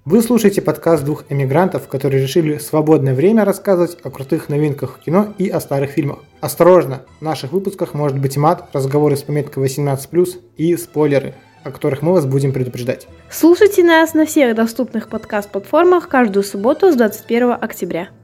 Вы слушаете подкаст двух эмигрантов, которые решили в свободное время рассказывать о крутых новинках в кино и о старых фильмах. Осторожно, в наших выпусках может быть мат, разговоры с пометкой 18+, и спойлеры, о которых мы вас будем предупреждать. Слушайте нас на всех доступных подкаст-платформах каждую субботу с 21 октября.